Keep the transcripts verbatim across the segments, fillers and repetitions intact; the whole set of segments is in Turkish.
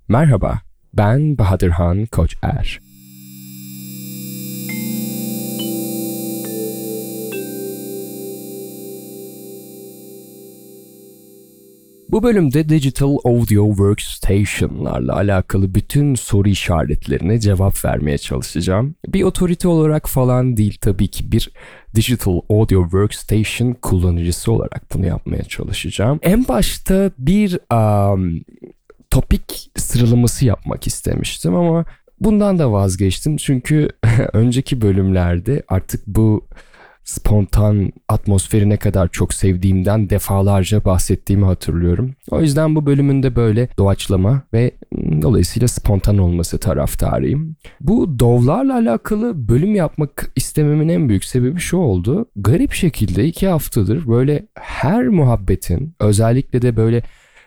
Merhaba, ben Bahadırhan Koçer. Bu bölümde Digital Audio Workstation'larla alakalı bütün soru işaretlerine cevap vermeye çalışacağım. Bir otorite olarak falan değil, tabii ki bir Digital Audio Workstation kullanıcısı olarak bunu yapmaya çalışacağım. En başta bir um, topik sıralaması yapmak istemiştim ama bundan da vazgeçtim. Çünkü önceki bölümlerde artık bu spontan atmosferi ne kadar çok sevdiğimden defalarca bahsettiğimi hatırlıyorum. O yüzden bu bölümünde böyle doğaçlama ve dolayısıyla spontan olması taraftarıyım. Bu D A W'larla alakalı bölüm yapmak istememin en büyük sebebi şu oldu. Garip şekilde iki haftadır böyle her muhabbetin, özellikle de böyle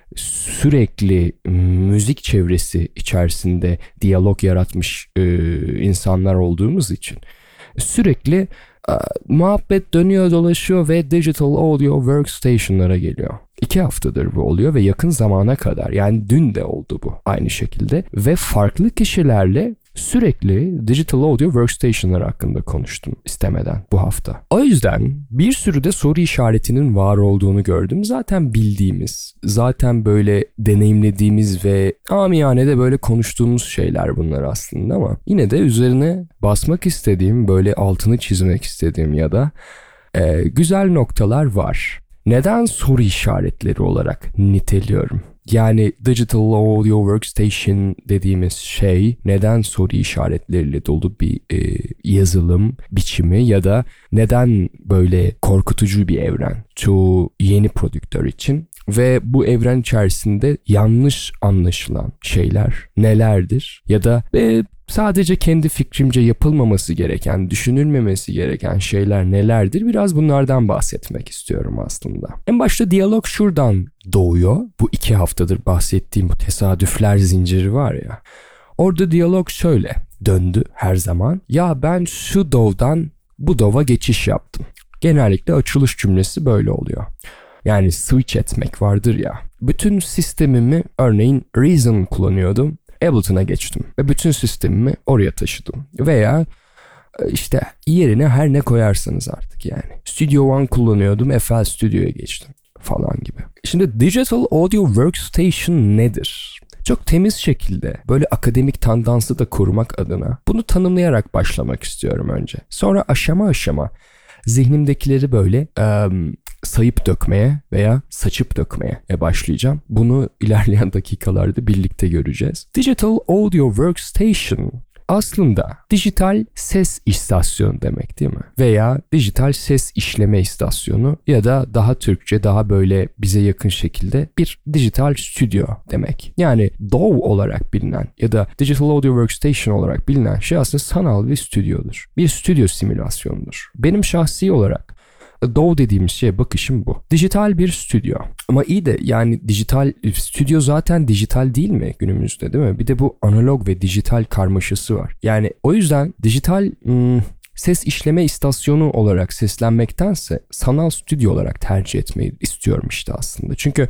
sürekli müzik çevresi içerisinde diyalog yaratmış e, insanlar olduğumuz için sürekli e, muhabbet dönüyor dolaşıyor ve Digital Audio Workstation'lara geliyor. İki haftadır bu oluyor ve yakın zamana kadar, yani dün de oldu bu aynı şekilde ve farklı kişilerle sürekli Digital Audio Workstation'lar hakkında konuştum istemeden bu hafta. O yüzden bir sürü de soru işaretinin var olduğunu gördüm. Zaten bildiğimiz, zaten böyle deneyimlediğimiz ve amiyane de böyle konuştuğumuz şeyler bunlar aslında ama yine de üzerine basmak istediğim, böyle altını çizmek istediğim ya da e, güzel noktalar var. Neden soru işaretleri olarak niteliyorum? Yani Digital Audio Workstation dediğimiz şey neden soru işaretleriyle dolu bir e, yazılım biçimi ya da neden böyle korkutucu bir evren çoğu yeni prodüktör için ve bu evren içerisinde yanlış anlaşılan şeyler nelerdir ya da e, sadece kendi fikrimce yapılmaması gereken, düşünülmemesi gereken şeyler nelerdir? Biraz bunlardan bahsetmek istiyorum aslında. En başta diyalog şuradan doğuyor. Bu iki haftadır bahsettiğim bu tesadüfler zinciri var ya. Orada diyalog şöyle döndü her zaman. Ya ben şu D A W'dan bu D A W'a geçiş yaptım. Genellikle açılış cümlesi böyle oluyor. Yani switch etmek vardır ya. Bütün sistemimi örneğin Reason kullanıyordum. Ableton'a geçtim ve bütün sistemimi oraya taşıdım. Veya işte yerine her ne koyarsanız artık yani. Studio One kullanıyordum, F L Studio'ya geçtim falan gibi. Şimdi Digital Audio Workstation nedir? Çok temiz şekilde böyle akademik tandansı da korumak adına bunu tanımlayarak başlamak istiyorum önce. Sonra aşama aşama zihnimdekileri böyle um, sayıp dökmeye veya saçıp dökmeye başlayacağım. Bunu ilerleyen dakikalarda birlikte göreceğiz. Digital Audio Workstation aslında dijital ses istasyonu demek değil mi? Veya dijital ses işleme istasyonu ya da daha Türkçe, daha böyle bize yakın şekilde bir dijital stüdyo demek. Yani D A W olarak bilinen ya da Digital Audio Workstation olarak bilinen şey aslında sanal bir stüdyodur. Bir stüdyo simülasyonudur. Benim şahsi olarak D A W dediğimiz şeye bakışım bu. Dijital bir stüdyo. Ama iyi de yani dijital stüdyo zaten dijital değil mi günümüzde, değil mi? Bir de bu analog ve dijital karmaşası var. Yani o yüzden dijital hmm, ses işleme istasyonu olarak seslenmektense sanal stüdyo olarak tercih etmeyi istiyorum işte aslında. Çünkü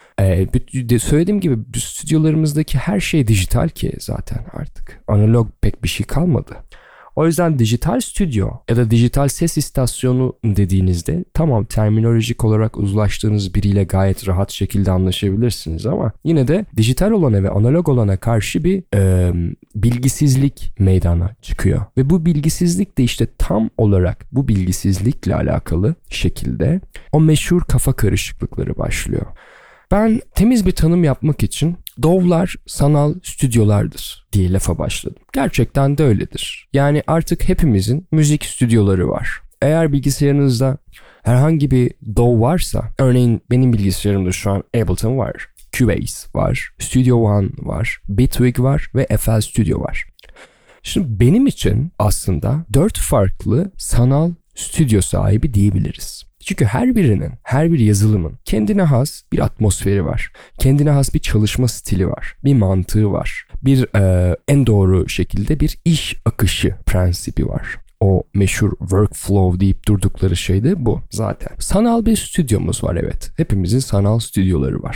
e, söylediğim gibi stüdyolarımızdaki her şey dijital ki zaten artık. Analog pek bir şey kalmadı. O yüzden dijital stüdyo ya da dijital ses istasyonu dediğinizde tamam, terminolojik olarak uzlaştığınız biriyle gayet rahat şekilde anlaşabilirsiniz ama yine de dijital olana ve analog olana karşı bir e, bilgisizlik meydana çıkıyor. Ve bu bilgisizlik de işte tam olarak bu bilgisizlikle alakalı şekilde o meşhur kafa karışıklıkları başlıyor. Ben temiz bir tanım yapmak için D A W'lar sanal stüdyolardır diye lafa başladım. Gerçekten de öyledir. Yani artık hepimizin müzik stüdyoları var. Eğer bilgisayarınızda herhangi bir D A W varsa, örneğin benim bilgisayarımda şu an Ableton var, Cubase var, Studio One var, Bitwig var ve F L Studio var. Şimdi benim için aslında dört farklı sanal stüdyo sahibi diyebiliriz. Çünkü her birinin, her bir yazılımın kendine has bir atmosferi var. Kendine has bir çalışma stili var. Bir mantığı var. Bir e, en doğru şekilde bir iş akışı prensibi var. O meşhur workflow deyip durdukları şey de bu zaten. Sanal bir stüdyomuz var, evet. Hepimizin sanal stüdyoları var.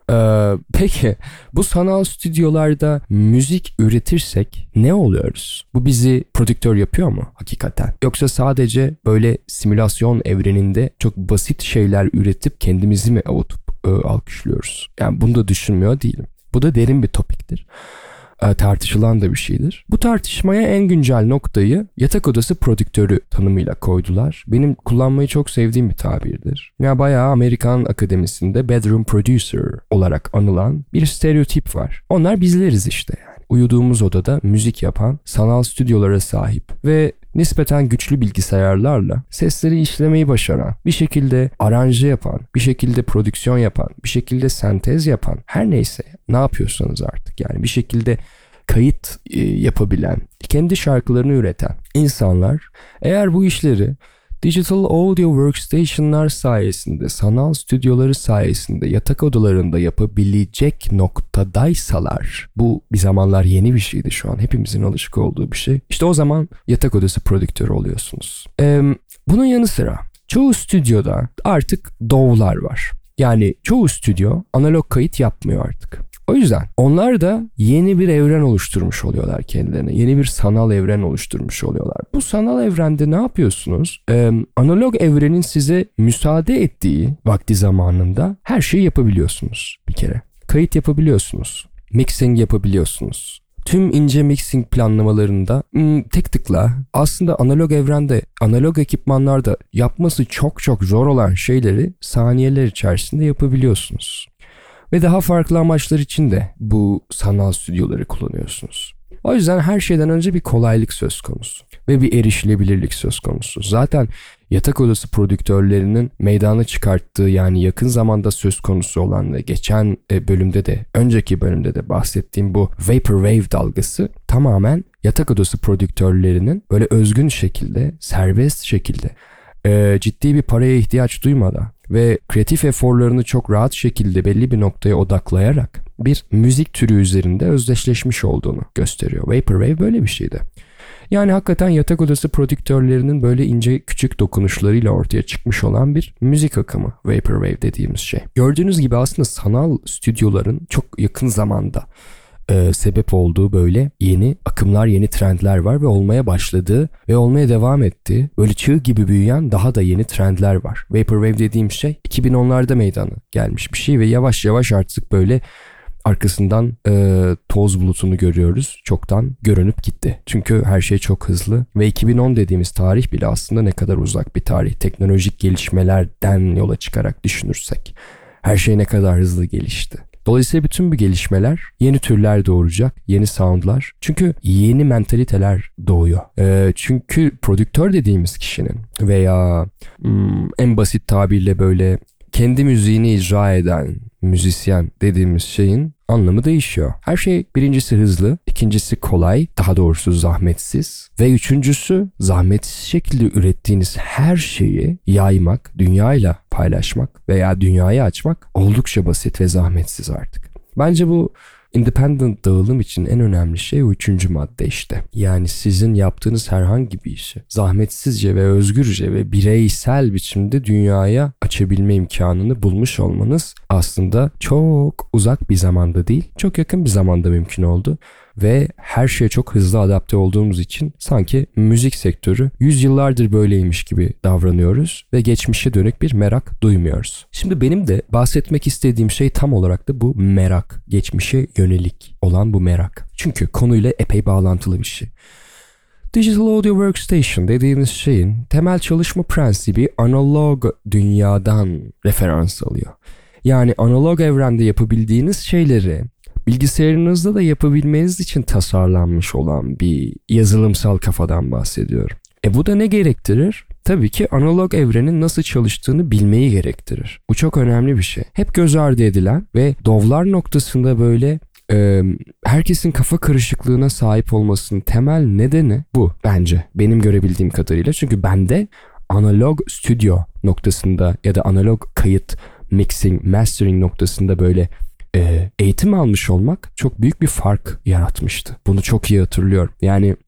Ee, peki bu sanal stüdyolarda müzik üretirsek ne oluyoruz? Bu bizi prodüktör yapıyor mu hakikaten? Yoksa sadece böyle simülasyon evreninde çok basit şeyler üretip kendimizi mi avutup e, alkışlıyoruz? Yani bunu da düşünmüyor değilim. Bu da derin bir topiktir. E, tartışılan da bir şeydir. Bu tartışmaya en güncel noktayı yatak odası prodüktörü tanımıyla koydular. Benim kullanmayı çok sevdiğim bir tabirdir. Ya bayağı Amerikan akademisinde bedroom producer olarak anılan bir stereotip var. Onlar bizleriz işte yani. Uyuduğumuz odada müzik yapan, sanal stüdyolara sahip ve nispeten güçlü bilgisayarlarla sesleri işlemeyi başaran, bir şekilde aranje yapan, bir şekilde prodüksiyon yapan, bir şekilde sentez yapan, her neyse ne yapıyorsanız artık yani bir şekilde kayıt e, yapabilen, kendi şarkılarını üreten insanlar eğer bu işleri Digital Audio Workstation'lar sayesinde, sanal stüdyoları sayesinde yatak odalarında yapabilecek noktadaysalar, bu bir zamanlar yeni bir şeydi şu an, hepimizin alışık olduğu bir şey. İşte o zaman yatak odası prodüktörü oluyorsunuz. Ee, bunun yanı sıra çoğu stüdyoda artık D A W'lar var. Yani çoğu stüdyo analog kayıt yapmıyor artık. O yüzden onlar da yeni bir evren oluşturmuş oluyorlar kendilerine. Yeni bir sanal evren oluşturmuş oluyorlar. Bu sanal evrende ne yapıyorsunuz? Ee, analog evrenin size müsaade ettiği vakti zamanında her şeyi yapabiliyorsunuz bir kere. Kayıt yapabiliyorsunuz. Mixing yapabiliyorsunuz. Tüm ince mixing planlamalarında tek tıkla aslında analog evrende, analog ekipmanlarda yapması çok çok zor olan şeyleri saniyeler içerisinde yapabiliyorsunuz. Ve daha farklı amaçlar için de bu sanal stüdyoları kullanıyorsunuz. O yüzden her şeyden önce bir kolaylık söz konusu ve bir erişilebilirlik söz konusu. Zaten yatak odası prodüktörlerinin meydana çıkarttığı, yani yakın zamanda söz konusu olan ve geçen bölümde de, önceki bölümde de bahsettiğim bu Vaporwave dalgası tamamen yatak odası prodüktörlerinin böyle özgün şekilde, serbest şekilde, e, ciddi bir paraya ihtiyaç duymadan ve kreatif eforlarını çok rahat şekilde belli bir noktaya odaklayarak bir müzik türü üzerinde özdeşleşmiş olduğunu gösteriyor. Vaporwave böyle bir şeydi. Yani hakikaten yatak odası prodüktörlerinin böyle ince küçük dokunuşlarıyla ortaya çıkmış olan bir müzik akımı Vaporwave dediğimiz şey. Gördüğünüz gibi aslında sanal stüdyoların çok yakın zamanda e, sebep olduğu böyle yeni akımlar, yeni trendler var ve olmaya başladığı ve olmaya devam ettiği böyle çığ gibi büyüyen daha da yeni trendler var. Vaporwave dediğim şey iki bin onlarda meydana gelmiş bir şey ve yavaş yavaş artık böyle arkasından e, toz bulutunu görüyoruz. Çoktan görünüp gitti. Çünkü her şey çok hızlı ve iki bin on dediğimiz tarih bile aslında ne kadar uzak bir tarih. Teknolojik gelişmelerden yola çıkarak düşünürsek her şey ne kadar hızlı gelişti. Dolayısıyla bütün bu gelişmeler yeni türler doğuracak, yeni soundlar. Çünkü yeni mentaliteler doğuyor. E, çünkü prodüktör dediğimiz kişinin veya hmm, en basit tabirle böyle kendi müziğini icra eden müzisyen dediğimiz şeyin anlamı değişiyor. Her şey birincisi hızlı, ikincisi kolay, daha doğrusu zahmetsiz ve üçüncüsü zahmetsiz şekilde ürettiğiniz her şeyi yaymak, dünyayla paylaşmak veya dünyaya açmak oldukça basit ve zahmetsiz artık. Bence bu independent dağılım için en önemli şey o üçüncü madde işte. Yani sizin yaptığınız herhangi bir işi zahmetsizce ve özgürce ve bireysel biçimde dünyaya açabilme imkanını bulmuş olmanız aslında çok uzak bir zamanda değil, çok yakın bir zamanda mümkün oldu. Ve her şeye çok hızlı adapte olduğumuz için sanki müzik sektörü yüzyıllardır böyleymiş gibi davranıyoruz ve geçmişe dönük bir merak duymuyoruz. Şimdi benim de bahsetmek istediğim şey tam olarak da bu merak, geçmişe yönelik olan bu merak. Çünkü konuyla epey bağlantılı bir şey. Digital Audio Workstation dediğimiz şeyin temel çalışma prensibi analog dünyadan referans alıyor. Yani analog evrende yapabildiğiniz şeyleri bilgisayarınızda da yapabilmeniz için tasarlanmış olan bir yazılımsal kafadan bahsediyorum. E bu da ne gerektirir? Tabii ki analog evrenin nasıl çalıştığını bilmeyi gerektirir. Bu çok önemli bir şey. Hep göz ardı edilen ve dovlar noktasında böyle e, herkesin kafa karışıklığına sahip olmasının temel nedeni bu bence. Benim görebildiğim kadarıyla. Çünkü bende analog stüdyo noktasında ya da analog kayıt, mixing, mastering noktasında böyle E, eğitim almış olmak çok büyük bir fark yaratmıştı. Bunu çok iyi hatırlıyorum. Yani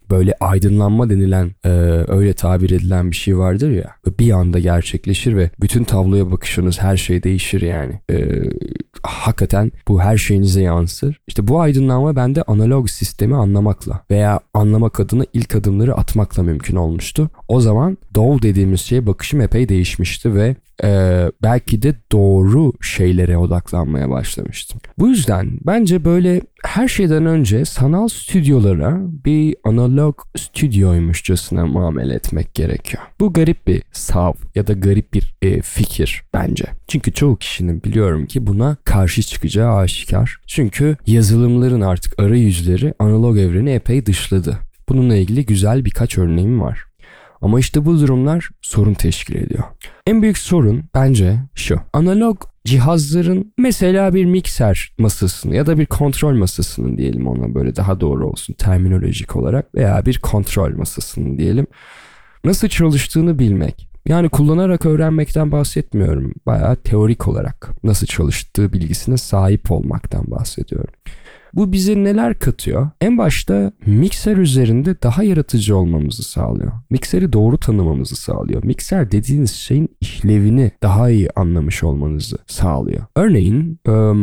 böyle aydınlanma denilen e, öyle tabir edilen bir şey vardır ya, bir anda gerçekleşir ve bütün tabloya bakışınız, her şey değişir yani. E, hakikaten bu her şeyinize yansır. İşte bu aydınlanma bende analog sistemi anlamakla veya anlamak adına ilk adımları atmakla mümkün olmuştu. O zaman D A W dediğimiz şeye bakışım epey değişmişti ve e, belki de doğru şeylere odaklanmaya başlamıştım. Bu yüzden bence böyle her şeyden önce sanal stüdyolara bir analog stüdyoymuşçasına muamele etmek gerekiyor. Bu garip bir sav ya da garip bir e, fikir bence. Çünkü çoğu kişinin biliyorum ki buna karşı çıkacağı aşikar. Çünkü yazılımların artık arayüzleri analog evreni epey dışladı. Bununla ilgili güzel birkaç örneğim var. Ama işte bu durumlar sorun teşkil ediyor. En büyük sorun bence şu. Analog cihazların mesela bir mikser masasını ya da bir kontrol masasını diyelim, ona böyle daha doğru olsun terminolojik olarak, veya bir kontrol masasını diyelim, nasıl çalıştığını bilmek. Yani kullanarak öğrenmekten bahsetmiyorum. Bayağı teorik olarak nasıl çalıştığı bilgisine sahip olmaktan bahsediyorum. Bu bize neler katıyor? En başta mikser üzerinde daha yaratıcı olmamızı sağlıyor. Mikseri doğru tanımamızı sağlıyor. Mikser dediğiniz şeyin işlevini daha iyi anlamış olmanızı sağlıyor. Örneğin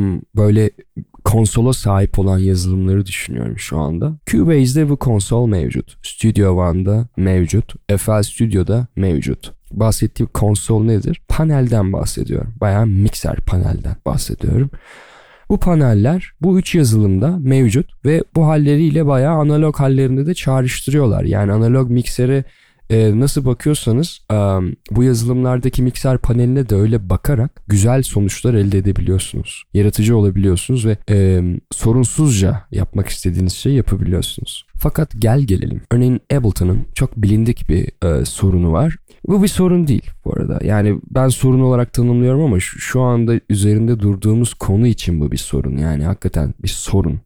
böyle konsola sahip olan yazılımları düşünüyorum şu anda. Cubase'de bu konsol mevcut. Studio One'da mevcut. F L Studio'da mevcut. Bahsettiğim konsol nedir? Panelden bahsediyorum. Bayağı mikser panelden bahsediyorum. Bu paneller bu üç yazılımda mevcut ve bu halleriyle bayağı analog hallerinde de çağrıştırıyorlar. Yani analog miksere e, nasıl bakıyorsanız e, bu yazılımlardaki mikser paneline de öyle bakarak güzel sonuçlar elde edebiliyorsunuz. Yaratıcı olabiliyorsunuz ve e, sorunsuzca yapmak istediğiniz şeyi yapabiliyorsunuz. Fakat gel gelelim. Örneğin Ableton'ın çok bilindik bir e, sorunu var. Bu bir sorun değil bu arada. Yani ben sorun olarak tanımlıyorum ama şu, şu anda üzerinde durduğumuz konu için bu bir sorun. Yani hakikaten bir sorun.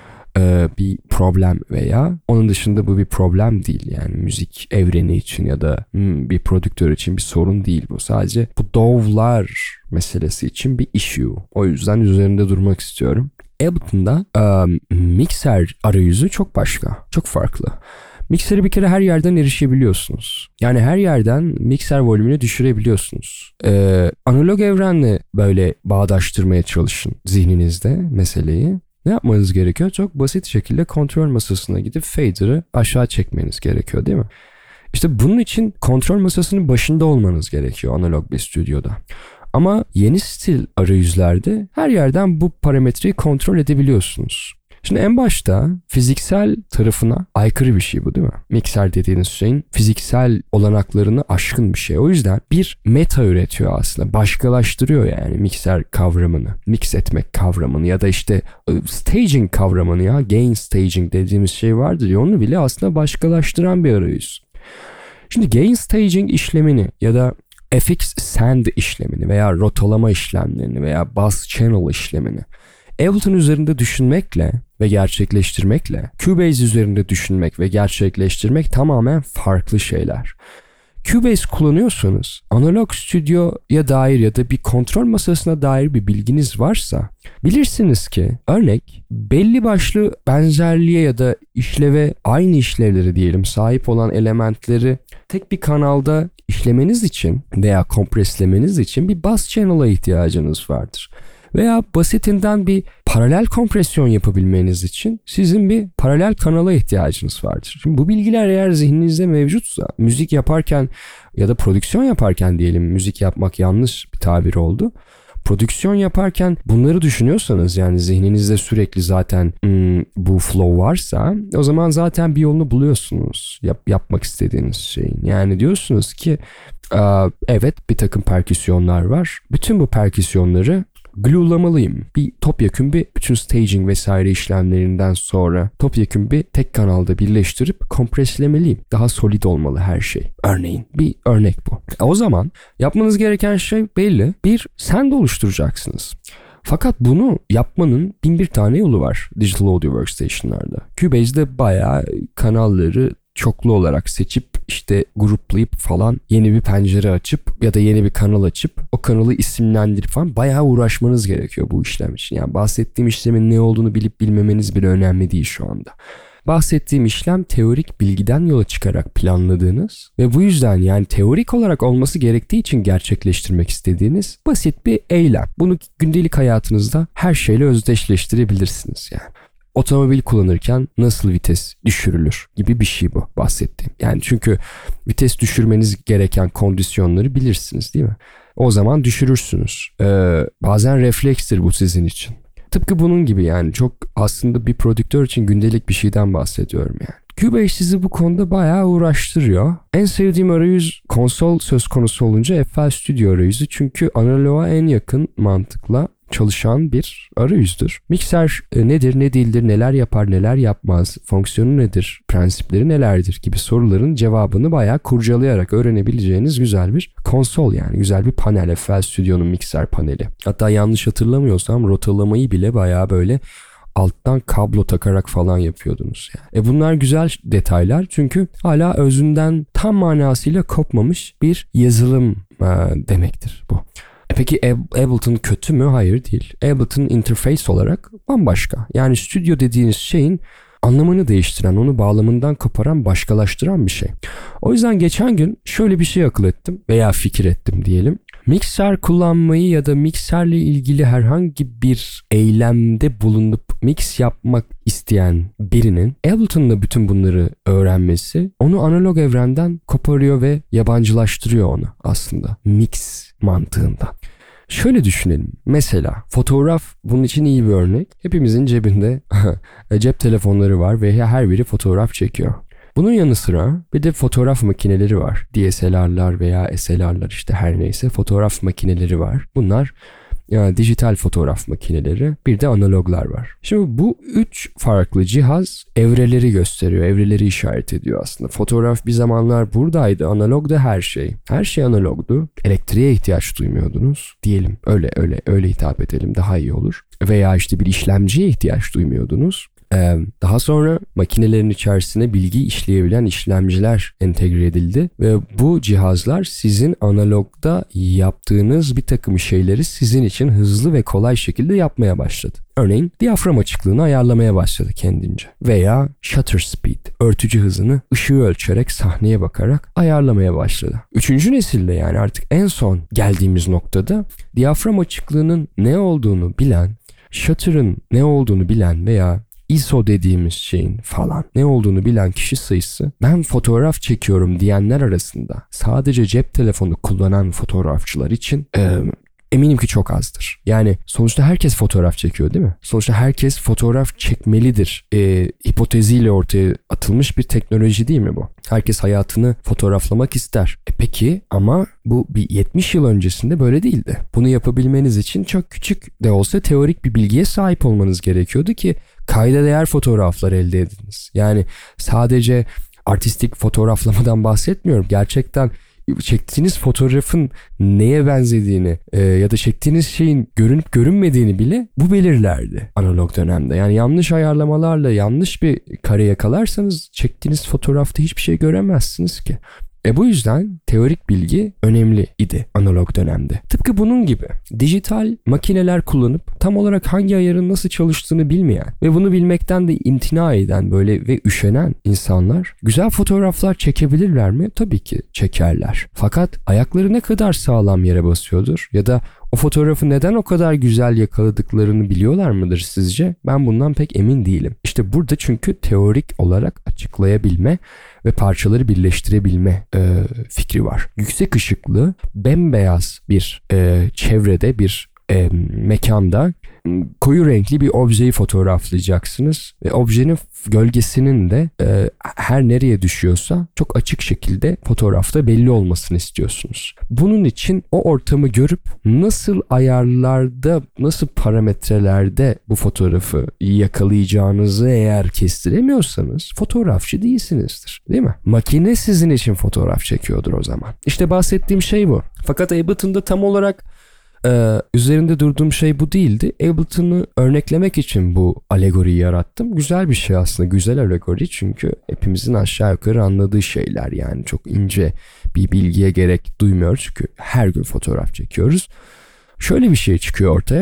Ee, bir problem veya onun dışında bu bir problem değil. Yani müzik evreni için ya da hmm, bir prodüktör için bir sorun değil bu. Sadece bu D A W'lar meselesi için bir issue. O yüzden üzerinde durmak istiyorum. Ableton'da um, mikser arayüzü çok başka, çok farklı. Mikseri bir kere her yerden erişebiliyorsunuz. Yani her yerden mikser volümünü düşürebiliyorsunuz. Ee, analog evrenle böyle bağdaştırmaya çalışın zihninizde meseleyi. Ne yapmanız gerekiyor? Çok basit şekilde kontrol masasına gidip fader'ı aşağı çekmeniz gerekiyor, değil mi? İşte bunun için kontrol masasının başında olmanız gerekiyor analog bir stüdyoda. Ama yeni stil arayüzlerde her yerden bu parametreyi kontrol edebiliyorsunuz. Şimdi en başta fiziksel tarafına aykırı bir şey bu, değil mi? Mikser dediğiniz şeyin fiziksel olanaklarını aşkın bir şey. O yüzden bir meta üretiyor aslında. Başkalaştırıyor yani mikser kavramını, mix etmek kavramını ya da işte staging kavramını, ya gain staging dediğimiz şey vardır ya, onu bile aslında başkalaştıran bir arayüz. Şimdi gain staging işlemini ya da F X send işlemini veya rotalama işlemlerini veya bass channel işlemini Ableton üzerinde düşünmekle ve gerçekleştirmekle Cubase üzerinde düşünmek ve gerçekleştirmek tamamen farklı şeyler. Cubase kullanıyorsanız analog stüdyoya dair ya da bir kontrol masasına dair bir bilginiz varsa bilirsiniz ki örnek belli başlı benzerliğe ya da işleve, aynı işlevleri diyelim sahip olan elementleri tek bir kanalda işlemeniz için veya kompreslemeniz için bir bass channel'a ihtiyacınız vardır. Veya basitinden bir paralel kompresyon yapabilmeniz için sizin bir paralel kanala ihtiyacınız vardır. Şimdi bu bilgiler eğer zihninizde mevcutsa, müzik yaparken ya da prodüksiyon yaparken diyelim, müzik yapmak yanlış bir tabir oldu. Prodüksiyon yaparken bunları düşünüyorsanız, yani zihninizde sürekli zaten hmm, bu flow varsa, o zaman zaten bir yolunu buluyorsunuz yap, yapmak istediğiniz şeyin. Yani diyorsunuz ki evet bir takım perküsyonlar var. Bütün bu perküsyonları gluelamalıyım. Bir topyekün bir bütün staging vesaire işlemlerinden sonra topyekün bir tek kanalda birleştirip kompreslemeliyim. Daha solid olmalı her şey. Örneğin bir örnek bu. O zaman yapmanız gereken şey belli. Bir send oluşturacaksınız. Fakat bunu yapmanın bin bir tane yolu var Digital Audio Workstation'larda. Cubase'de bayağı kanalları çoklu olarak seçip işte gruplayıp falan yeni bir pencere açıp ya da yeni bir kanal açıp o kanalı isimlendirip falan bayağı uğraşmanız gerekiyor bu işlem için. Yani bahsettiğim işlemin ne olduğunu bilip bilmemeniz bile önemli değil şu anda. bahsettiğim işlem teorik bilgiden yola çıkarak planladığınız ve bu yüzden yani teorik olarak olması gerektiği için gerçekleştirmek istediğiniz basit bir eylem. Bunu gündelik hayatınızda her şeyle özdeşleştirebilirsiniz yani. Otomobil kullanırken nasıl vites düşürülür gibi bir şey bu bahsettiğim. Yani çünkü vites düşürmeniz gereken kondisyonları bilirsiniz değil mi? O zaman düşürürsünüz. Ee, bazen reflekstir bu sizin için. Tıpkı bunun gibi yani çok aslında bir prodüktör için gündelik bir şeyden bahsediyorum yani. Cubase sizi bu konuda bayağı uğraştırıyor. En sevdiğim arayüz konsol söz konusu olunca F L Studio arayüzü çünkü analoğa en yakın mantıkla çalışan bir arayüzdür. Mikser e, nedir, ne değildir, neler yapar, neler yapmaz, fonksiyonu nedir, prensipleri nelerdir gibi soruların cevabını bayağı kurcalayarak öğrenebileceğiniz güzel bir konsol yani güzel bir panel. F L Studio'nun mikser paneli. Hatta yanlış hatırlamıyorsam rotalamayı bile bayağı böyle alttan kablo takarak falan yapıyordunuz yani. E bunlar güzel detaylar çünkü hala özünden tam manasıyla kopmamış bir yazılım e, demektir bu. E peki Ableton kötü mü? Hayır değil. Ableton interface olarak bambaşka. Yani stüdyo dediğiniz şeyin anlamını değiştiren, onu bağlamından koparan, başkalaştıran bir şey. O yüzden geçen gün şöyle bir şey akıl ettim veya fikir ettim diyelim. Mikser kullanmayı ya da mikserle ilgili herhangi bir eylemde bulunup mix yapmak isteyen birinin Ableton'la bütün bunları öğrenmesi onu analog evrenden koparıyor ve yabancılaştırıyor onu aslında mix mantığından. Şöyle düşünelim. Mesela fotoğraf bunun için iyi bir örnek. Hepimizin cebinde cep telefonları var ve her biri fotoğraf çekiyor. Bunun yanı sıra bir de fotoğraf makineleri var. D S L R'lar veya S L R'lar işte her neyse fotoğraf makineleri var. Bunlar yani dijital fotoğraf makineleri, bir de analoglar var. Şimdi bu üç farklı cihaz evreleri gösteriyor, evreleri işaret ediyor aslında. Fotoğraf bir zamanlar buradaydı, analog da her şey. Her şey analogdu. Elektriğe ihtiyaç duymuyordunuz diyelim. Öyle öyle öyle hitap edelim daha iyi olur. Veya işte bir işlemciye ihtiyaç duymuyordunuz. Ee, daha sonra makinelerin içerisine bilgi işleyebilen işlemciler entegre edildi ve bu cihazlar sizin analogda yaptığınız bir takım şeyleri sizin için hızlı ve kolay şekilde yapmaya başladı. Örneğin diyafram açıklığını ayarlamaya başladı kendince veya shutter speed, örtücü hızını ışığı ölçerek sahneye bakarak ayarlamaya başladı. Üçüncü nesilde yani artık en son geldiğimiz noktada diyafram açıklığının ne olduğunu bilen, shutter'ın ne olduğunu bilen veya I S O dediğimiz şeyin falan ne olduğunu bilen kişi sayısı ben fotoğraf çekiyorum diyenler arasında sadece cep telefonu kullanan fotoğrafçılar için e, eminim ki çok azdır. Yani sonuçta herkes fotoğraf çekiyor değil mi? Sonuçta herkes fotoğraf çekmelidir e, hipoteziyle ortaya atılmış bir teknoloji değil mi bu? Herkes hayatını fotoğraflamak ister. E peki ama bu bir yetmiş yıl öncesinde böyle değildi. Bunu yapabilmeniz için çok küçük de olsa teorik bir bilgiye sahip olmanız gerekiyordu ki kayda değer fotoğraflar elde ediniz. Yani sadece artistik fotoğraflamadan bahsetmiyorum. Gerçekten çektiğiniz fotoğrafın neye benzediğini e, ya da çektiğiniz şeyin görünüp görünmediğini bile bu belirlerdi analog dönemde. Yani yanlış ayarlamalarla yanlış bir kare yakalarsanız çektiğiniz fotoğrafta hiçbir şey göremezsiniz ki. E bu yüzden teorik bilgi önemli idi analog dönemde. Tıpkı bunun gibi dijital makineler kullanıp tam olarak hangi ayarın nasıl çalıştığını bilmeyen ve bunu bilmekten de imtina eden böyle ve üşenen insanlar güzel fotoğraflar çekebilirler mi? Tabii ki çekerler. Fakat ayakları ne kadar sağlam yere basıyordur ya da o fotoğrafı neden o kadar güzel yakaladıklarını biliyorlar mıdır sizce? Ben bundan pek emin değilim. İşte burada çünkü teorik olarak açıklayabilme ve parçaları birleştirebilme e, fikri var. Yüksek ışıklı, bembeyaz bir e, çevrede, bir e, mekanda koyu renkli bir objeyi fotoğraflayacaksınız ve objenin gölgesinin de e, her nereye düşüyorsa çok açık şekilde fotoğrafta belli olmasını istiyorsunuz. Bunun için o ortamı görüp nasıl ayarlarda, nasıl parametrelerde bu fotoğrafı yakalayacağınızı eğer kestiremiyorsanız fotoğrafçı değilsinizdir. Değil mi? Makine sizin için fotoğraf çekiyordur o zaman. İşte bahsettiğim şey bu. Fakat Ableton'da tam olarak Ee, üzerinde durduğum şey bu değildi. Ableton'u örneklemek için bu alegoriyi yarattım. Güzel bir şey aslında. Güzel alegori çünkü hepimizin aşağı yukarı anladığı şeyler yani. Çok ince bir bilgiye gerek duymuyoruz çünkü her gün fotoğraf çekiyoruz. Şöyle bir şey çıkıyor ortaya.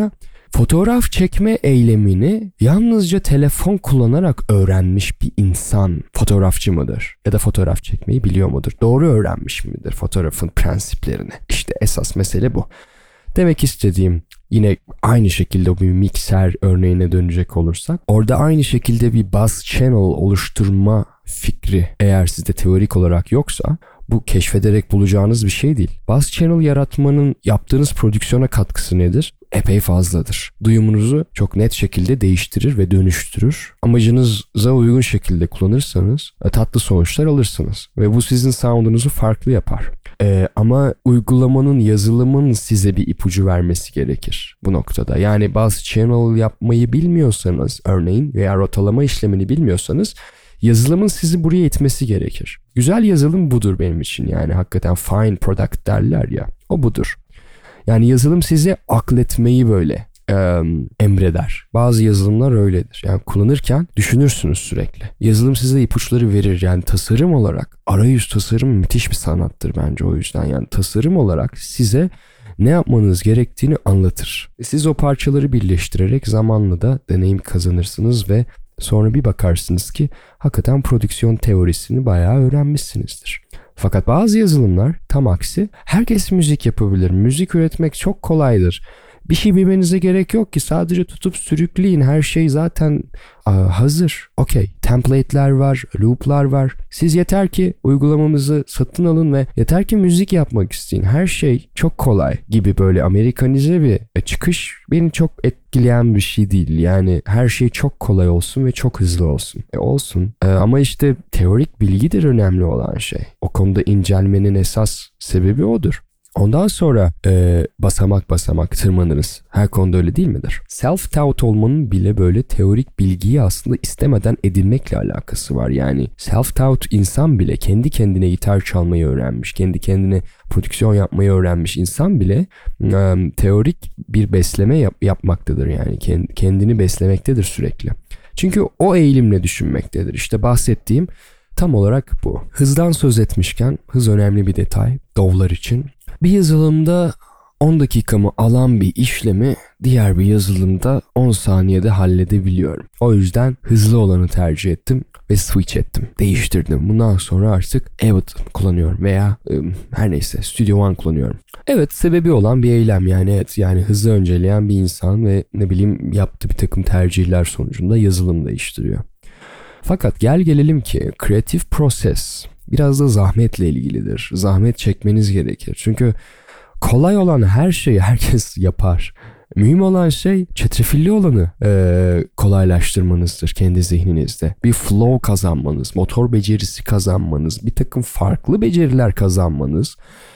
Fotoğraf çekme eylemini yalnızca telefon kullanarak öğrenmiş bir insan fotoğrafçı mıdır? Ya da fotoğraf çekmeyi biliyor mudur? Doğru öğrenmiş midir fotoğrafın prensiplerini? İşte esas mesele bu. Demek istediğim, yine aynı şekilde bir mikser örneğine dönecek olursak, orada aynı şekilde bir bus channel oluşturma fikri eğer sizde teorik olarak yoksa, bu keşfederek bulacağınız bir şey değil. Bus channel yaratmanın yaptığınız prodüksiyona katkısı nedir? Epey fazladır. Duyumunuzu çok net şekilde değiştirir ve dönüştürür. Amacınıza uygun şekilde kullanırsanız tatlı sonuçlar alırsınız. Ve bu sizin sound'unuzu farklı yapar. Ee, ama uygulamanın, yazılımın size bir ipucu vermesi gerekir bu noktada. Yani bus channel yapmayı bilmiyorsanız örneğin veya rotalama işlemini bilmiyorsanız yazılımın sizi buraya itmesi gerekir. Güzel yazılım budur benim için, yani hakikaten fine product derler ya, o budur. Yani yazılım size akletmeyi böyle e, emreder. Bazı yazılımlar öyledir. Yani kullanırken düşünürsünüz sürekli. Yazılım size ipuçları verir. Yani tasarım olarak, arayüz tasarım müthiş bir sanattır bence o yüzden. Yani tasarım olarak size ne yapmanız gerektiğini anlatır. Siz o parçaları birleştirerek zamanla da deneyim kazanırsınız ve sonra bir bakarsınız ki hakikaten prodüksiyon teorisini bayağı öğrenmişsinizdir. Fakat bazı yazılımlar tam aksi. Herkes müzik yapabilir. Müzik üretmek çok kolaydır. Bir şey bilmenize gerek yok ki, sadece tutup sürükleyin. Her şey zaten a, hazır. Okey. Template'ler var, loop'lar var. Siz yeter ki uygulamamızı satın alın ve yeter ki müzik yapmak isteyin. Her şey çok kolay gibi böyle Amerikanize bir çıkış beni çok etkileyen bir şey değil. Yani her şey çok kolay olsun ve çok hızlı olsun. E olsun. E, ama işte teorik bilgidir önemli olan şey. O konuda incelmenin esas sebebi odur. Ondan sonra e, basamak basamak tırmanırız. Her konuda öyle değil midir? Self-taught olmanın bile böyle teorik bilgiyi aslında istemeden edinmekle alakası var. Yani self-taught insan bile kendi kendine gitar çalmayı öğrenmiş, kendi kendine prodüksiyon yapmayı öğrenmiş insan bile e, teorik bir besleme yap- yapmaktadır. Yani kendini beslemektedir sürekli. Çünkü o eğilimle düşünmektedir. İşte bahsettiğim tam olarak bu. Hızdan söz etmişken, hız önemli bir detay dovlar için. Bir yazılımda on dakikamı alan bir işlemi diğer bir yazılımda on saniyede halledebiliyorum. O yüzden hızlı olanı tercih ettim ve switch ettim. Değiştirdim. Bundan sonra artık Ableton kullanıyorum veya ım, her neyse Studio One kullanıyorum. Evet, sebebi olan bir eylem yani evet yani hızı önceleyen bir insan ve ne bileyim yaptığı bir takım tercihler sonucunda yazılım değiştiriyor. Fakat gel gelelim ki kreatif proses biraz da zahmetle ilgilidir. Zahmet çekmeniz gerekir. Çünkü kolay olan her şeyi herkes yapar. Mühim olan şey çetrefilli olanı e, kolaylaştırmanızdır kendi zihninizde. Bir flow kazanmanız, motor becerisi kazanmanız, bir takım farklı beceriler kazanmanız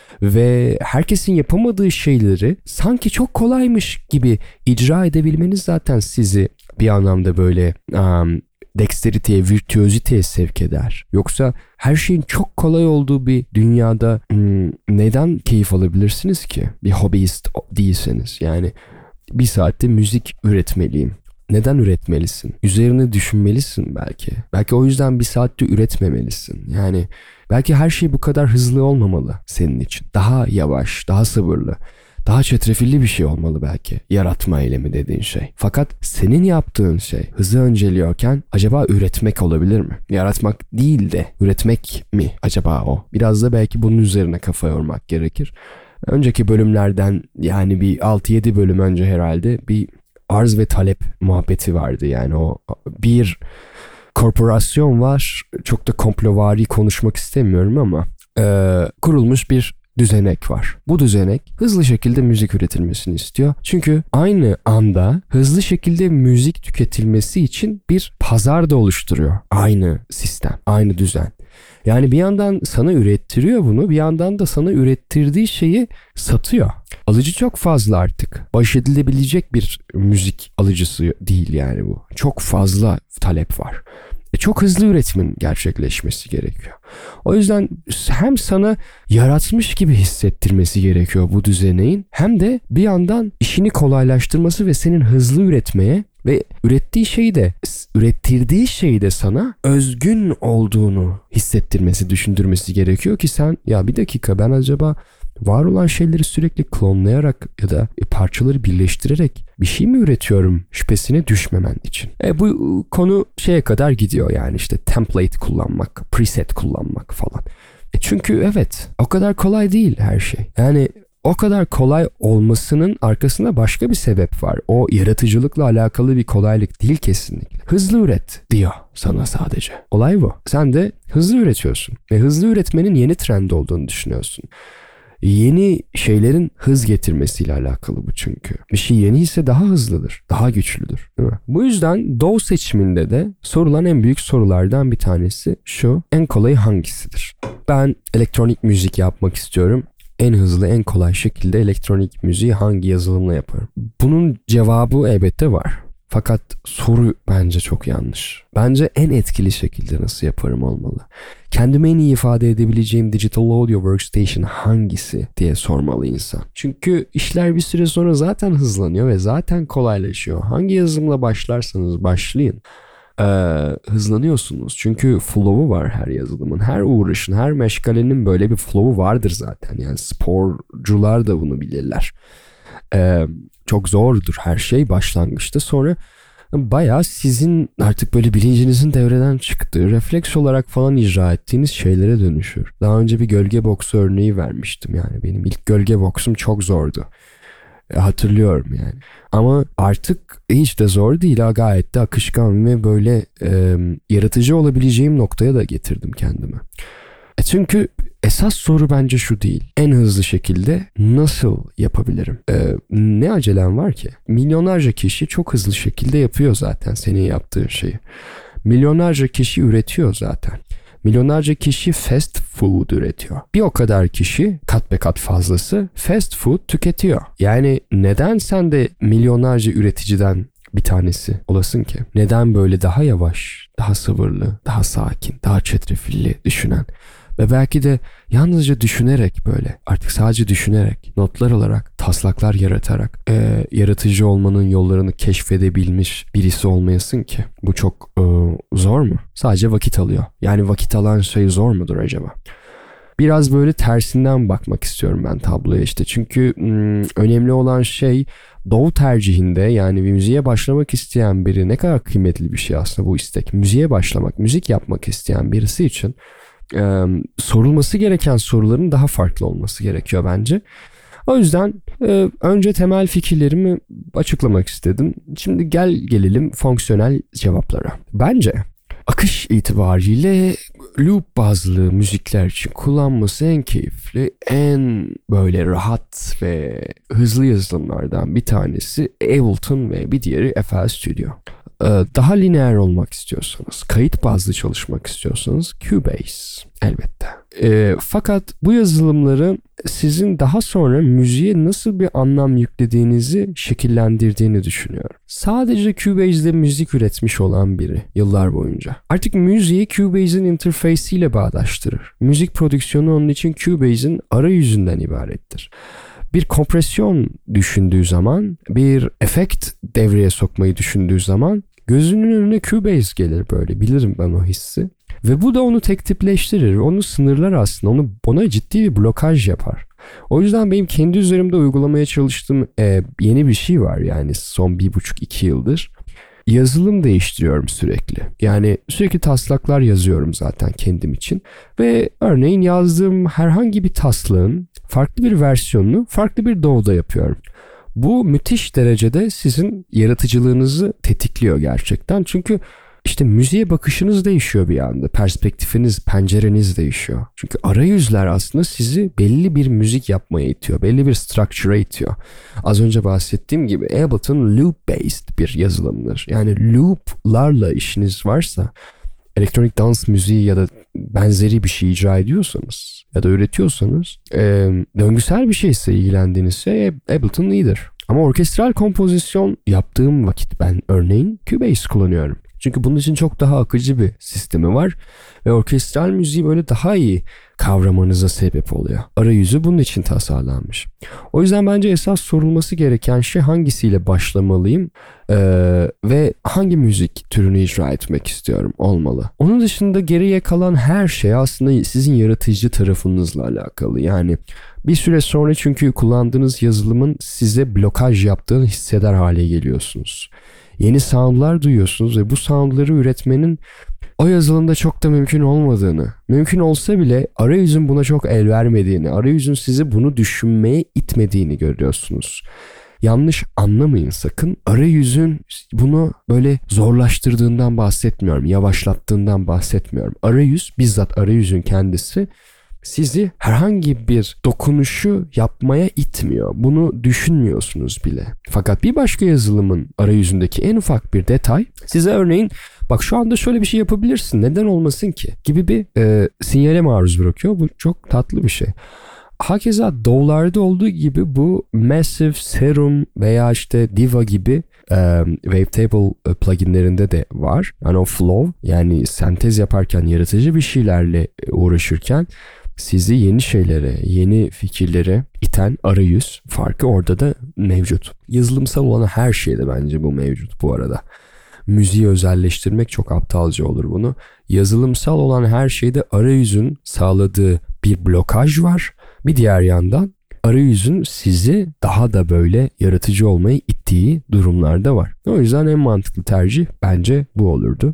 ve herkesin yapamadığı şeyleri sanki çok kolaymış gibi icra edebilmeniz zaten sizi bir anlamda böyle um, dexteriteye, virtüöziteye sevk eder. Yoksa her şeyin çok kolay olduğu bir dünyada hmm, neden keyif alabilirsiniz ki? Bir hobbyist değilseniz. Yani bir saatte müzik üretmeliyim. Neden üretmelisin? Üzerine düşünmelisin belki. Belki o yüzden bir saatte üretmemelisin. Yani belki her şey bu kadar hızlı olmamalı senin için. Daha yavaş, daha sabırlı. Daha çetrefilli bir şey olmalı belki. Yaratma eylemi dediğin şey. Fakat senin yaptığın şey hızı önceliyorken acaba üretmek olabilir mi? Yaratmak değil de üretmek mi acaba o? Biraz da belki bunun üzerine kafa yormak gerekir. Önceki bölümlerden yani bir altı yedi bölüm önce herhalde bir arz ve talep muhabbeti vardı. Yani o bir korporasyon var. Çok da komplovari konuşmak istemiyorum ama e, kurulmuş bir düzenek var. Bu düzenek hızlı şekilde müzik üretilmesini istiyor. Çünkü aynı anda hızlı şekilde müzik tüketilmesi için bir pazar da oluşturuyor. Aynı sistem, aynı düzen. Yani bir yandan sana ürettiriyor bunu, bir yandan da sana ürettirdiği şeyi satıyor. Alıcı çok fazla artık. Baş edilebilecek bir müzik alıcısı değil yani bu. Çok fazla talep var. E çok hızlı üretimin gerçekleşmesi gerekiyor. O yüzden hem sana yaratmış gibi hissettirmesi gerekiyor bu düzeneğin, hem de bir yandan işini kolaylaştırması ve senin hızlı üretmeye ve ürettiği şeyi de, ürettirdiği şeyi de sana özgün olduğunu hissettirmesi, düşündürmesi gerekiyor ki sen ya bir dakika, ben acaba var olan şeyleri sürekli klonlayarak ya da parçaları birleştirerek bir şey mi üretiyorum şüphesine düşmemen için. E bu konu şeye kadar gidiyor, yani işte template kullanmak, preset kullanmak falan. E çünkü evet, o kadar kolay değil her şey. Yani o kadar kolay olmasının arkasında başka bir sebep var. O yaratıcılıkla alakalı bir kolaylık değil kesinlikle. Hızlı üret diyor sana sadece. Olay bu. Sen de hızlı üretiyorsun ve hızlı üretmenin yeni trend olduğunu düşünüyorsun. Yeni şeylerin hız getirmesiyle alakalı bu çünkü. Bir şey yeni ise daha hızlıdır, daha güçlüdür, değil mi? Bu yüzden D A W seçiminde de sorulan en büyük sorulardan bir tanesi şu: en kolayı hangisidir? Ben elektronik müzik yapmak istiyorum. En hızlı, en kolay şekilde elektronik müziği hangi yazılımla yaparım? Bunun cevabı elbette var. Fakat soru bence çok yanlış. Bence en etkili şekilde nasıl yaparım olmalı. Kendimi en iyi ifade edebileceğim digital audio workstation hangisi diye sormalı insan. Çünkü işler bir süre sonra zaten hızlanıyor ve zaten kolaylaşıyor. Hangi yazılımla başlarsanız başlayın, Ee, hızlanıyorsunuz. Çünkü flow'u var her yazılımın. Her uğraşın, her meşgalenin böyle bir flow'u vardır zaten. Yani sporcular da bunu bilirler. Ee, çok zordur her şey başlangıçta. Sonra bayağı sizin artık böyle bilincinizin devreden çıktığı, refleks olarak falan icra ettiğiniz şeylere dönüşür. Daha önce bir gölge boksu örneği vermiştim. Yani benim ilk gölge boksum çok zordu. Hatırlıyorum yani. Ama artık hiç de zor değil. Ha, gayet de akışkan ve böyle e, yaratıcı olabileceğim noktaya da getirdim kendimi. E çünkü esas soru bence şu değil: en hızlı şekilde nasıl yapabilirim? E, ne acelem var ki? Milyonlarca kişi çok hızlı şekilde yapıyor zaten senin yaptığın şeyi. Milyonlarca kişi üretiyor zaten. Milyonlarca kişi fast food üretiyor. Bir o kadar kişi, kat be kat fazlası, fast food tüketiyor. Yani neden sen de milyonlarca üreticiden bir tanesi olasın ki? Neden böyle daha yavaş, daha sabırlı, daha sakin, daha çetrefilli düşünen ve belki de yalnızca düşünerek, böyle artık sadece düşünerek, notlar alarak, taslaklar yaratarak e, yaratıcı olmanın yollarını keşfedebilmiş birisi olmayasın ki? Bu çok e, zor mu? Sadece vakit alıyor. Yani vakit alan şey zor mudur acaba? Biraz böyle tersinden bakmak istiyorum ben tabloya işte. Çünkü hmm, önemli olan şey doğu tercihinde, yani bir müziğe başlamak isteyen biri, ne kadar kıymetli bir şey aslında bu istek. Müziğe başlamak, müzik yapmak isteyen birisi için Ee, sorulması gereken soruların daha farklı olması gerekiyor bence. O yüzden e, önce temel fikirlerimi açıklamak istedim. Şimdi gel gelelim fonksiyonel cevaplara. Bence akış itibariyle loop bazlı müzikler için kullanması en keyifli, en böyle rahat ve hızlı yazılımlardan bir tanesi Ableton ve bir diğeri F L Studio. Daha lineer olmak istiyorsanız, kayıt bazlı çalışmak istiyorsanız Cubase elbette. E, fakat bu yazılımları sizin daha sonra müziğe nasıl bir anlam yüklediğinizi şekillendirdiğini düşünüyorum. Sadece Cubase'de müzik üretmiş olan biri yıllar boyunca artık müziği Cubase'in interface'iyle bağdaştırır. Müzik prodüksiyonu onun için Cubase'in arayüzünden ibarettir. Bir kompresyon düşündüğü zaman, bir efekt devreye sokmayı düşündüğü zaman gözünün önüne Cubase gelir böyle. Bilirim ben o hissi. Ve bu da onu tek tipleştirir. Onu sınırlar aslında. Onu, ona ciddi bir blokaj yapar. O yüzden benim kendi üzerimde uygulamaya çalıştığım e, yeni bir şey var. Yani son bir buçuk iki yıldır. Yazılım değiştiriyorum sürekli. Yani sürekli taslaklar yazıyorum zaten kendim için. Ve örneğin yazdığım herhangi bir taslağın farklı bir versiyonunu farklı bir D A W'da yapıyorum. Bu müthiş derecede sizin yaratıcılığınızı tetikliyor gerçekten. Çünkü işte müziğe bakışınız değişiyor bir anda. Perspektifiniz, pencereniz değişiyor. Çünkü arayüzler aslında sizi belli bir müzik yapmaya itiyor. Belli bir structure'a itiyor. Az önce bahsettiğim gibi Ableton loop-based bir yazılımdır. Yani loop'larla işiniz varsa, elektronik dans müziği ya da benzeri bir şey icra ediyorsanız ya da üretiyorsanız, e, döngüsel bir şeyse ilgilendiğinizse Ableton iyidir. Ama orkestral kompozisyon yaptığım vakit ben örneğin Cubase kullanıyorum. Çünkü bunun için çok daha akıcı bir sistemi var ve orkestral müziği böyle daha iyi kavramanıza sebep oluyor. Arayüzü bunun için tasarlanmış. O yüzden bence esas sorulması gereken şey hangisiyle başlamalıyım ee, ve hangi müzik türünü icra etmek istiyorum olmalı. Onun dışında geriye kalan her şey aslında sizin yaratıcı tarafınızla alakalı. Yani bir süre sonra çünkü kullandığınız yazılımın size blokaj yaptığını hisseder hale geliyorsunuz. Yeni soundlar duyuyorsunuz ve bu soundları üretmenin o yazılımda çok da mümkün olmadığını, mümkün olsa bile arayüzün buna çok el vermediğini, arayüzün sizi bunu düşünmeye itmediğini görüyorsunuz. Yanlış anlamayın sakın. Arayüzün bunu böyle zorlaştırdığından bahsetmiyorum, yavaşlattığından bahsetmiyorum. Arayüz, bizzat arayüzün kendisi sizi herhangi bir dokunuşu yapmaya itmiyor. Bunu düşünmüyorsunuz bile. Fakat bir başka yazılımın arayüzündeki en ufak bir detay size örneğin bak şu anda şöyle bir şey yapabilirsin, neden olmasın ki gibi bir e, sinyale maruz bırakıyor. Bu çok tatlı bir şey. Hakeza D A W'larda olduğu gibi bu Massive, Serum veya işte Diva gibi e, Wavetable pluginlerinde de var. Yani o flow, yani sentez yaparken, yaratıcı bir şeylerle uğraşırken sizi yeni şeylere, yeni fikirlere iten arayüz farkı orada da mevcut. Yazılımsal olan her şeyde bence bu mevcut bu arada. Müziği özelleştirmek çok aptalca olur bunu. Yazılımsal olan her şeyde arayüzün sağladığı bir blokaj var. Bir diğer yandan arayüzün sizi daha da böyle yaratıcı olmayı ittiği durumlarda var. O yüzden en mantıklı tercih bence bu olurdu.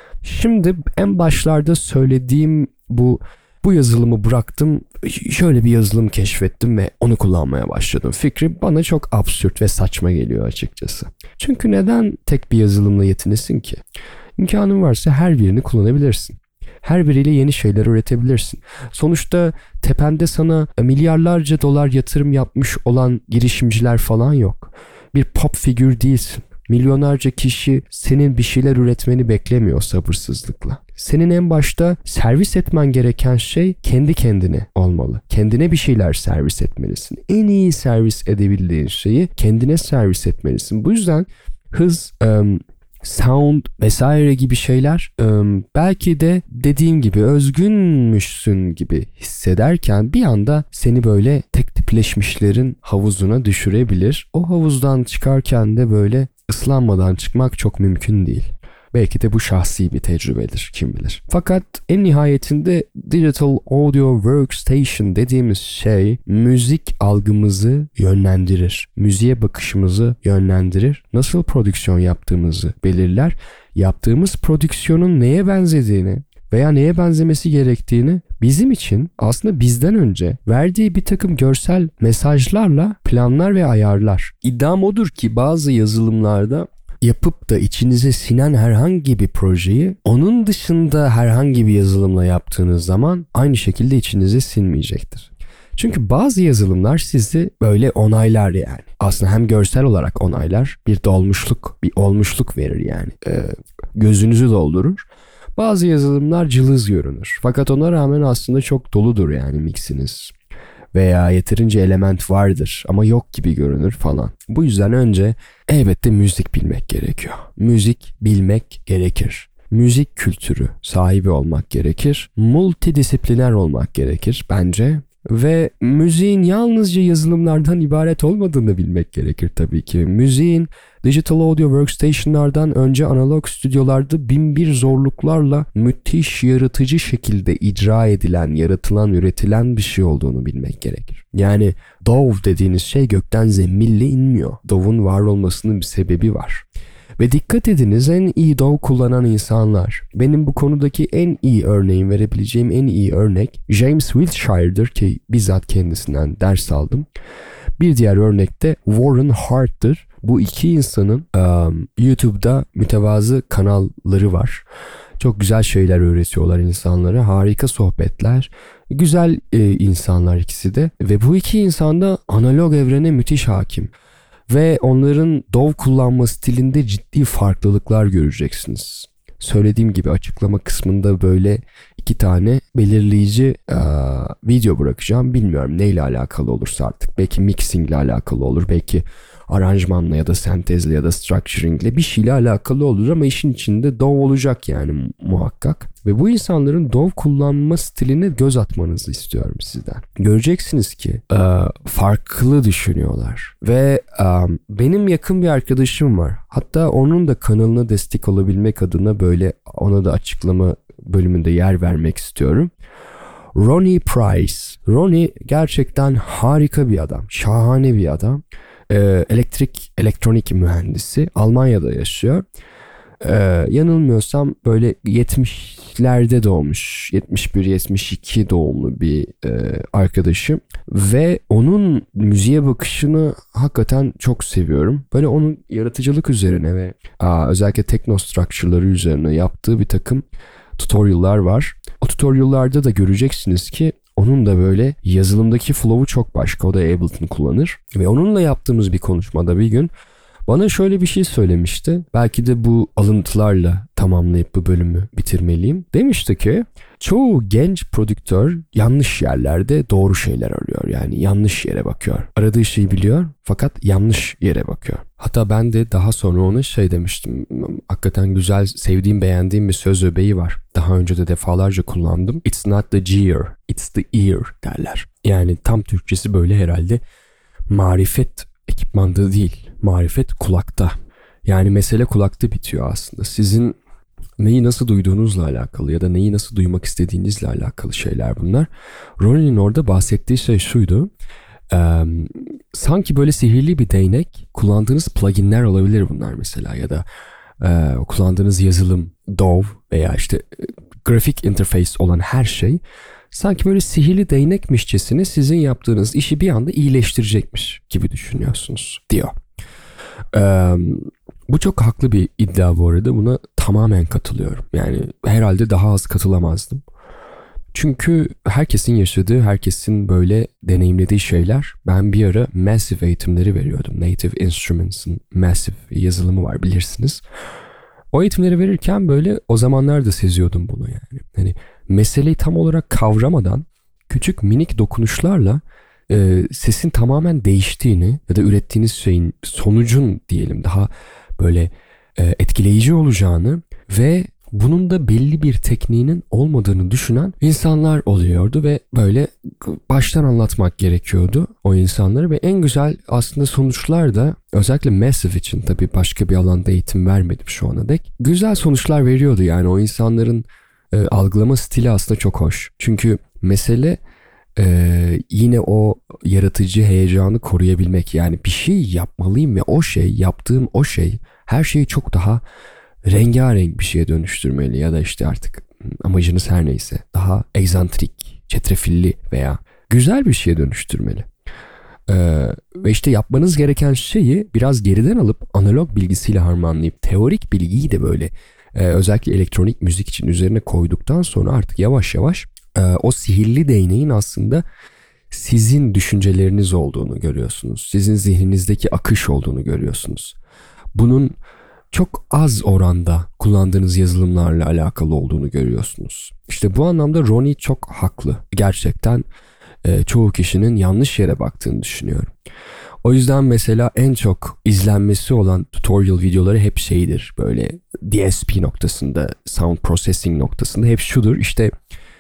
Şimdi en başlarda söylediğim bu bu yazılımı bıraktım, şöyle bir yazılım keşfettim ve onu kullanmaya başladım fikri bana çok absürt ve saçma geliyor açıkçası. Çünkü neden tek bir yazılımla yetinesin ki? İmkanın varsa her birini kullanabilirsin. Her biriyle yeni şeyler üretebilirsin. Sonuçta tepende sana milyarlarca dolar yatırım yapmış olan girişimciler falan yok. Bir pop figür değilsin. Milyonlarca kişi senin bir şeyler üretmeni beklemiyor sabırsızlıkla. Senin en başta servis etmen gereken şey kendi kendine olmalı. Kendine bir şeyler servis etmelisin. En iyi servis edebildiğin şeyi kendine servis etmelisin. Bu yüzden hız, um, sound vesaire gibi şeyler um, belki de dediğim gibi özgünmüşsün gibi hissederken bir anda seni böyle tek tipleşmişlerin havuzuna düşürebilir. O havuzdan çıkarken de böyle ıslanmadan çıkmak çok mümkün değil. Belki de bu şahsi bir tecrübedir, kim bilir. Fakat en nihayetinde Digital Audio Workstation dediğimiz şey müzik algımızı yönlendirir. Müziğe bakışımızı yönlendirir. Nasıl prodüksiyon yaptığımızı belirler. Yaptığımız prodüksiyonun neye benzediğini veya neye benzemesi gerektiğini bizim için aslında bizden önce verdiği bir takım görsel mesajlarla planlar ve ayarlar. İddiam odur ki bazı yazılımlarda yapıp da içinize sinen herhangi bir projeyi onun dışında herhangi bir yazılımla yaptığınız zaman aynı şekilde içinize sinmeyecektir. Çünkü bazı yazılımlar sizi böyle onaylar yani. Aslında hem görsel olarak onaylar, bir dolmuşluk, bir olmuşluk verir yani. Ee, gözünüzü doldurur. Bazı yazılımlar cılız görünür. Fakat ona rağmen aslında çok doludur yani mixiniz. Veya yeterince element vardır ama yok gibi görünür falan. Bu yüzden önce elbette müzik bilmek gerekiyor. Müzik bilmek gerekir. Müzik kültürü sahibi olmak gerekir. Multidisipliner olmak gerekir bence. Ve müziğin yalnızca yazılımlardan ibaret olmadığını bilmek gerekir tabii ki. Müziğin Digital Audio Workstation'lardan önce analog stüdyolarda bin bir zorluklarla müthiş yaratıcı şekilde icra edilen, yaratılan, üretilen bir şey olduğunu bilmek gerekir. Yani D A W dediğiniz şey gökten zembille inmiyor. D A W'un var olmasının bir sebebi var. Ve dikkat ediniz, en iyi D A W kullanan insanlar, benim bu konudaki en iyi örneğin verebileceğim en iyi örnek James Wilshire'dır ki bizzat kendisinden ders aldım. Bir diğer örnek de Warren Hart'tır. Bu iki insanın um, YouTube'da mütevazı kanalları var. Çok güzel şeyler öğretiyorlar insanlara. Harika sohbetler. Güzel e, insanlar ikisi de. Ve bu iki insan da analog evrene müthiş hakim. Ve onların D A W kullanma stilinde ciddi farklılıklar göreceksiniz. Söylediğim gibi açıklama kısmında böyle iki tane belirleyici e, video bırakacağım. Bilmiyorum neyle alakalı olursa artık. Belki mixing ile alakalı olur. Belki aranjmanla ya da sentezle ya da structuring'le bir şeyle alakalı olur ama işin içinde D A W olacak yani muhakkak. Ve bu insanların D A W kullanma stiline göz atmanızı istiyorum sizden. Göreceksiniz ki e, farklı düşünüyorlar. Ve e, benim yakın bir arkadaşım var. Hatta onun da kanalına destek olabilmek adına böyle ona da açıklama bölümünde yer vermek istiyorum. Ronnie Price. Ronnie gerçekten harika bir adam. Şahane bir adam. Ee, elektrik, elektronik mühendisi. Almanya'da yaşıyor. Ee, yanılmıyorsam böyle yetmişlerde doğmuş. yetmiş bir yetmiş iki doğumlu bir e, arkadaşım. Ve onun müziğe bakışını hakikaten çok seviyorum. Böyle onun yaratıcılık üzerine ve aa, özellikle techno structure'ları üzerine yaptığı bir takım tutorial'lar var. O tutorial'larda da göreceksiniz ki onun da böyle yazılımdaki flow'u çok başka. O da Ableton kullanır. Ve onunla yaptığımız bir konuşmada bir gün bana şöyle bir şey söylemişti. Belki de bu alıntılarla tamamlayıp bu bölümü bitirmeliyim. Demişti ki çoğu genç prodüktör yanlış yerlerde doğru şeyler arıyor. Yani yanlış yere bakıyor. Aradığı şeyi biliyor fakat yanlış yere bakıyor. Hatta ben de daha sonra ona şey demiştim. Hakikaten güzel, sevdiğim, beğendiğim bir söz öbeği var. Daha önce de defalarca kullandım. It's not the gear, it's the ear derler. Yani tam Türkçesi böyle herhalde. Marifet ekipmanda değil, marifet kulakta. Yani mesele kulakta bitiyor aslında. Sizin neyi nasıl duyduğunuzla alakalı ya da neyi nasıl duymak istediğinizle alakalı şeyler bunlar. Ronnie'nin orada bahsettiği şey şuydu. Ee, sanki böyle sihirli bir değnek, kullandığınız pluginler olabilir bunlar mesela ya da e, kullandığınız yazılım, D A W veya işte e, grafik interface olan her şey sanki böyle sihirli değnekmişçesine sizin yaptığınız işi bir anda iyileştirecekmiş gibi düşünüyorsunuz diyor. Ee, bu çok haklı bir iddia bu arada. Buna tamamen katılıyorum. Yani herhalde daha az katılamazdım. Çünkü herkesin yaşadığı, herkesin böyle deneyimlediği şeyler. Ben bir ara Massive eğitimleri veriyordum. Native Instruments'ın Massive yazılımı var bilirsiniz. O eğitimleri verirken böyle o zamanlar da seziyordum bunu yani. Hani meseleyi tam olarak kavramadan küçük minik dokunuşlarla e, sesin tamamen değiştiğini ya da ürettiğiniz şeyin sonucun diyelim daha böyle e, etkileyici olacağını ve bunun da belli bir tekniğinin olmadığını düşünen insanlar oluyordu ve böyle baştan anlatmak gerekiyordu o insanları ve en güzel aslında sonuçlar da özellikle Massive için tabii başka bir alanda eğitim vermedim şu ana dek. Güzel sonuçlar veriyordu yani o insanların e, algılama stili aslında çok hoş. Çünkü mesele e, yine o yaratıcı heyecanı koruyabilmek yani bir şey yapmalıyım ve o şey yaptığım o şey her şeyi çok daha rengarenk bir şeye dönüştürmeli ya da işte artık amacınız her neyse daha egzantrik, çetrefilli veya güzel bir şeye dönüştürmeli. Ee, ve işte yapmanız gereken şeyi biraz geriden alıp analog bilgisiyle harmanlayıp teorik bilgiyi de böyle e, özellikle elektronik müzik için üzerine koyduktan sonra artık yavaş yavaş e, o sihirli değneğin aslında sizin düşünceleriniz olduğunu görüyorsunuz. Sizin zihninizdeki akış olduğunu görüyorsunuz. Bunun çok az oranda kullandığınız yazılımlarla alakalı olduğunu görüyorsunuz. İşte bu anlamda Ronnie çok haklı. Gerçekten e, çoğu kişinin yanlış yere baktığını düşünüyorum. O yüzden mesela en çok izlenmesi olan tutorial videoları hep şeydir. Böyle D S P noktasında, sound processing noktasında hep şudur. İşte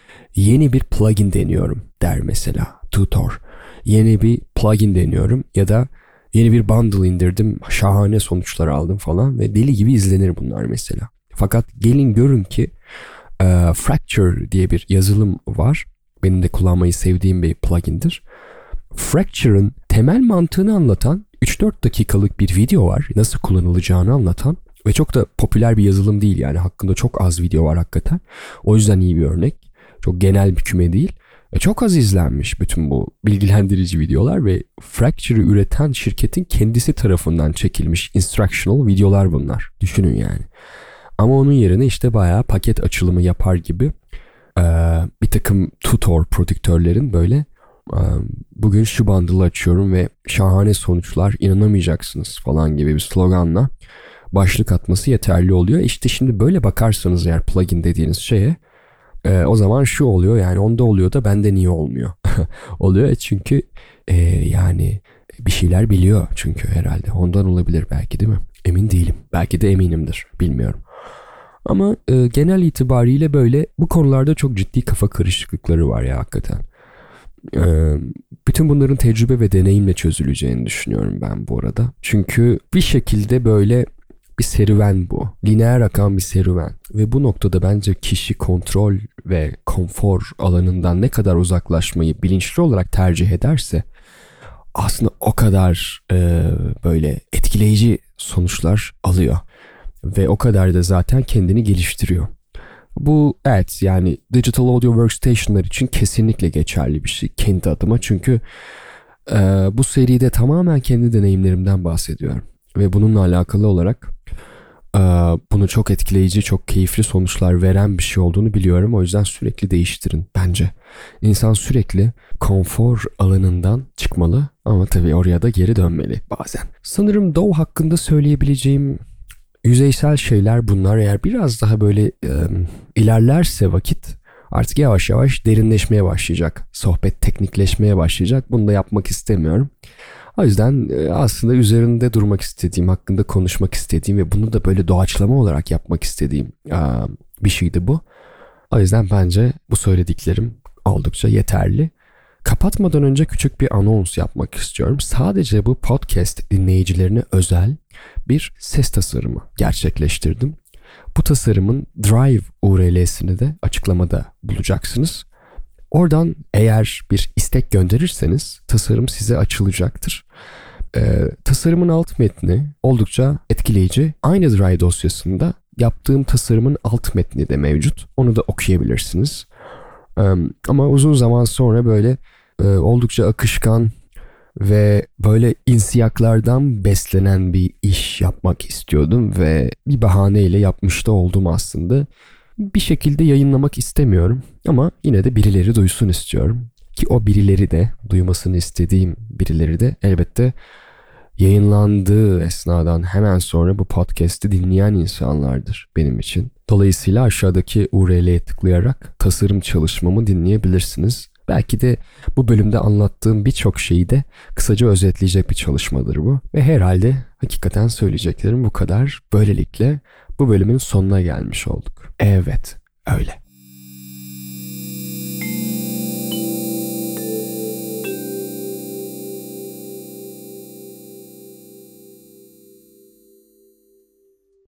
yeni bir plugin deniyorum der mesela tutor. Yeni bir plugin deniyorum ya da yeni bir bundle indirdim, şahane sonuçlar aldım falan ve deli gibi izlenir bunlar mesela. Fakat gelin görün ki e, Fracture diye bir yazılım var. Benim de kullanmayı sevdiğim bir plugindir. Fracture'ın temel mantığını anlatan üç dört dakikalık bir video var. Nasıl kullanılacağını anlatan ve çok da popüler bir yazılım değil yani hakkında çok az video var hakikaten. O yüzden iyi bir örnek. Çok genel bir küme değil. Ve çok az izlenmiş bütün bu bilgilendirici videolar ve Fracture'ı üreten şirketin kendisi tarafından çekilmiş instructional videolar bunlar. Düşünün yani. Ama onun yerine işte bayağı paket açılımı yapar gibi e, bir takım tutor prodüktörlerin böyle e, bugün şu bundle'ı açıyorum ve şahane sonuçlar inanamayacaksınız falan gibi bir sloganla başlık atması yeterli oluyor. İşte şimdi böyle bakarsanız eğer plugin dediğiniz şeye Ee, o zaman şu oluyor yani onda oluyor da bende niye olmuyor oluyor çünkü e, yani Bir şeyler biliyor çünkü herhalde. Ondan olabilir belki, değil mi? Emin değilim. Belki de eminimdir. Bilmiyorum. Ama e, genel itibariyle böyle bu konularda çok ciddi kafa karışıklıkları var ya hakikaten. E, bütün bunların tecrübe ve deneyimle çözüleceğini düşünüyorum ben bu arada. Çünkü bir şekilde böyle bir serüven bu. Lineer akan bir serüven. Ve bu noktada bence kişi kontrol ve konfor alanından ne kadar uzaklaşmayı bilinçli olarak tercih ederse aslında o kadar e, böyle etkileyici sonuçlar alıyor. Ve o kadar da zaten kendini geliştiriyor. Bu evet yani Digital Audio Workstation'lar için kesinlikle geçerli bir şey kendi adıma. Çünkü e, bu seride tamamen kendi deneyimlerimden bahsediyorum. Ve bununla alakalı olarak e, bunu çok etkileyici, çok keyifli sonuçlar veren bir şey olduğunu biliyorum. O yüzden sürekli değiştirin bence. İnsan sürekli konfor alanından çıkmalı ama tabii oraya da geri dönmeli bazen. Sanırım D A W hakkında söyleyebileceğim yüzeysel şeyler bunlar. Eğer biraz daha böyle e, ilerlerse vakit artık yavaş yavaş derinleşmeye başlayacak. Sohbet teknikleşmeye başlayacak. Bunu da yapmak istemiyorum. O yüzden e, aslında üzerinde durmak istediğim, hakkında konuşmak istediğim ve bunu da böyle doğaçlama olarak yapmak istediğim e, bir şeydi bu. O yüzden bence bu söylediklerim oldukça yeterli. Kapatmadan önce küçük bir anons yapmak istiyorum. Sadece bu podcast dinleyicilerine özel bir ses tasarımı gerçekleştirdim. Bu tasarımın Drive U R L'sini de açıklamada bulacaksınız. Oradan eğer bir istek gönderirseniz tasarım size açılacaktır. Ee, tasarımın alt metni oldukça etkileyici. Aynı Drive dosyasında yaptığım tasarımın alt metni de mevcut. Onu da okuyabilirsiniz. Ee, ama uzun zaman sonra böyle e, oldukça akışkan ve böyle insiyaklardan beslenen bir iş yapmak istiyordum ve bir bahaneyle yapmış da oldum aslında. Bir şekilde yayınlamak istemiyorum ama yine de birileri duysun istiyorum. Ki o birileri de, duymasını istediğim birileri de elbette yayınlandığı esnadan hemen sonra bu podcast'i dinleyen insanlardır benim için. Dolayısıyla aşağıdaki U R L'ye tıklayarak tasarım çalışmamı dinleyebilirsiniz. Belki de bu bölümde anlattığım birçok şeyi de kısaca özetleyecek bir çalışmadır bu. Ve herhalde hakikaten söyleyeceklerim bu kadar. Böylelikle bu bölümün sonuna gelmiş olduk. Evet, öyle.